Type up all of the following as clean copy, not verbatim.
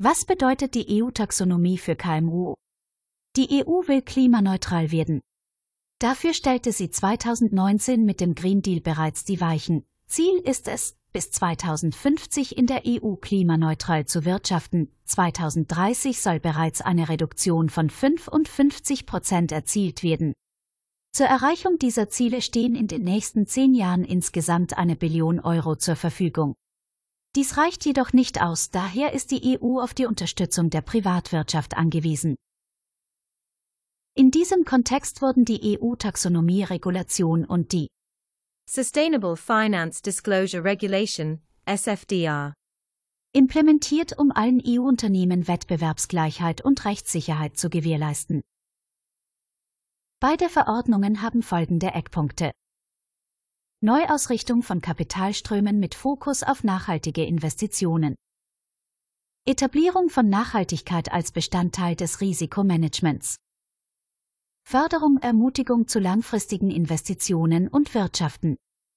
Was bedeutet die EU-Taxonomie für KMU? Die EU will klimaneutral werden. Dafür stellte sie 2019 mit dem Green Deal bereits die Weichen. Ziel ist es, bis 2050 in der EU klimaneutral zu wirtschaften. 2030 soll bereits eine Reduktion von 55% erzielt werden. Zur Erreichung dieser Ziele stehen in den nächsten 10 Jahren insgesamt 1 Billion Euro zur Verfügung. Dies reicht jedoch nicht aus, daher ist die EU auf die Unterstützung der Privatwirtschaft angewiesen. In diesem Kontext wurden die EU-Taxonomie-Regulation und die Sustainable Finance Disclosure Regulation, SFDR, implementiert, um allen EU-Unternehmen Wettbewerbsgleichheit und Rechtssicherheit zu gewährleisten. Beide Verordnungen haben folgende Eckpunkte: Neuausrichtung von Kapitalströmen mit Fokus auf nachhaltige Investitionen. Etablierung von Nachhaltigkeit als Bestandteil des Risikomanagements. Förderung, Ermutigung zu langfristigen Investitionen und Wirtschaften.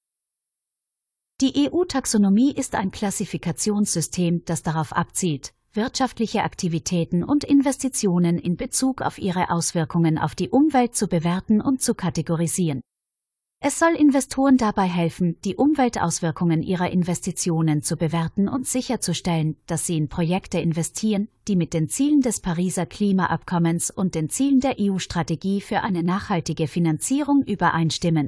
Die EU-Taxonomie ist ein Klassifikationssystem, das darauf abzielt, wirtschaftliche Aktivitäten und Investitionen in Bezug auf ihre Auswirkungen auf die Umwelt zu bewerten und zu kategorisieren. Es soll Investoren dabei helfen, die Umweltauswirkungen ihrer Investitionen zu bewerten und sicherzustellen, dass sie in Projekte investieren, die mit den Zielen des Pariser Klimaabkommens und den Zielen der EU-Strategie für eine nachhaltige Finanzierung übereinstimmen.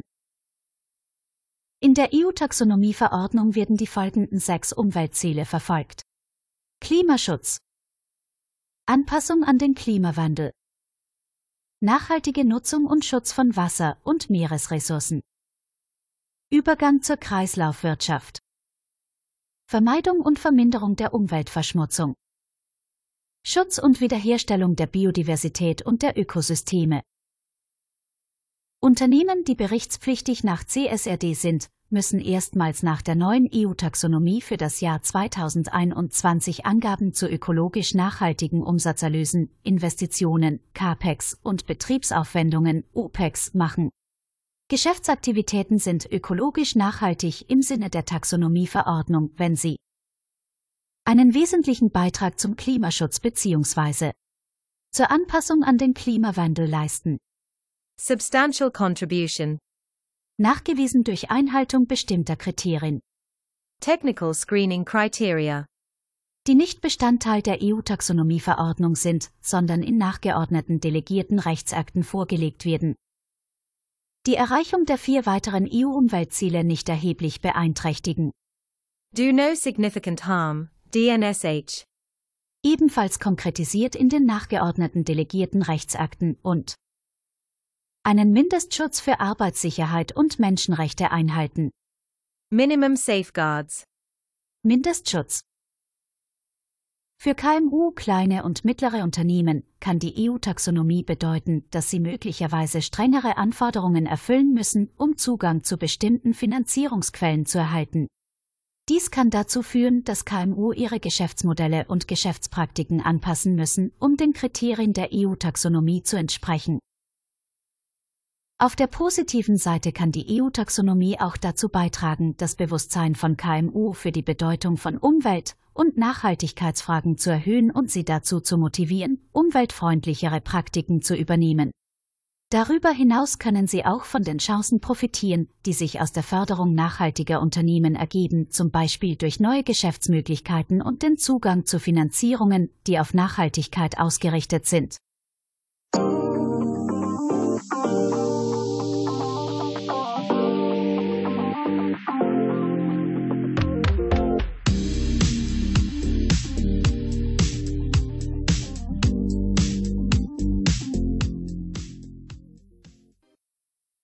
In der EU-Taxonomie-Verordnung werden die folgenden 6 Umweltziele verfolgt: Klimaschutz, Anpassung an den Klimawandel, nachhaltige Nutzung und Schutz von Wasser- und Meeresressourcen, Übergang zur Kreislaufwirtschaft, Vermeidung und Verminderung der Umweltverschmutzung, Schutz und Wiederherstellung der Biodiversität und der Ökosysteme. Unternehmen, die berichtspflichtig nach CSRD sind, müssen erstmals nach der neuen EU-Taxonomie für das Jahr 2021 Angaben zu ökologisch nachhaltigen Umsatzerlösen, Investitionen, CAPEX und Betriebsaufwendungen, OPEX, machen. Geschäftsaktivitäten sind ökologisch nachhaltig im Sinne der Taxonomieverordnung, wenn sie einen wesentlichen Beitrag zum Klimaschutz bzw. zur Anpassung an den Klimawandel leisten. Substantial Contribution, nachgewiesen durch Einhaltung bestimmter Kriterien. Technical Screening Criteria, die nicht Bestandteil der EU-Taxonomieverordnung sind, sondern in nachgeordneten delegierten Rechtsakten vorgelegt werden. Die Erreichung der 4 weiteren EU-Umweltziele nicht erheblich beeinträchtigen. Do no significant harm, DNSH, ebenfalls konkretisiert in den nachgeordneten delegierten Rechtsakten und einen Mindestschutz für Arbeitssicherheit und Menschenrechte einhalten. Minimum Safeguards, Mindestschutz. Für KMU, kleine und mittlere Unternehmen, kann die EU-Taxonomie bedeuten, dass sie möglicherweise strengere Anforderungen erfüllen müssen, um Zugang zu bestimmten Finanzierungsquellen zu erhalten. Dies kann dazu führen, dass KMU ihre Geschäftsmodelle und Geschäftspraktiken anpassen müssen, um den Kriterien der EU-Taxonomie zu entsprechen. Auf der positiven Seite kann die EU-Taxonomie auch dazu beitragen, das Bewusstsein von KMU für die Bedeutung von Umwelt- und Nachhaltigkeitsfragen zu erhöhen und sie dazu zu motivieren, umweltfreundlichere Praktiken zu übernehmen. Darüber hinaus können sie auch von den Chancen profitieren, die sich aus der Förderung nachhaltiger Unternehmen ergeben, zum Beispiel durch neue Geschäftsmöglichkeiten und den Zugang zu Finanzierungen, die auf Nachhaltigkeit ausgerichtet sind.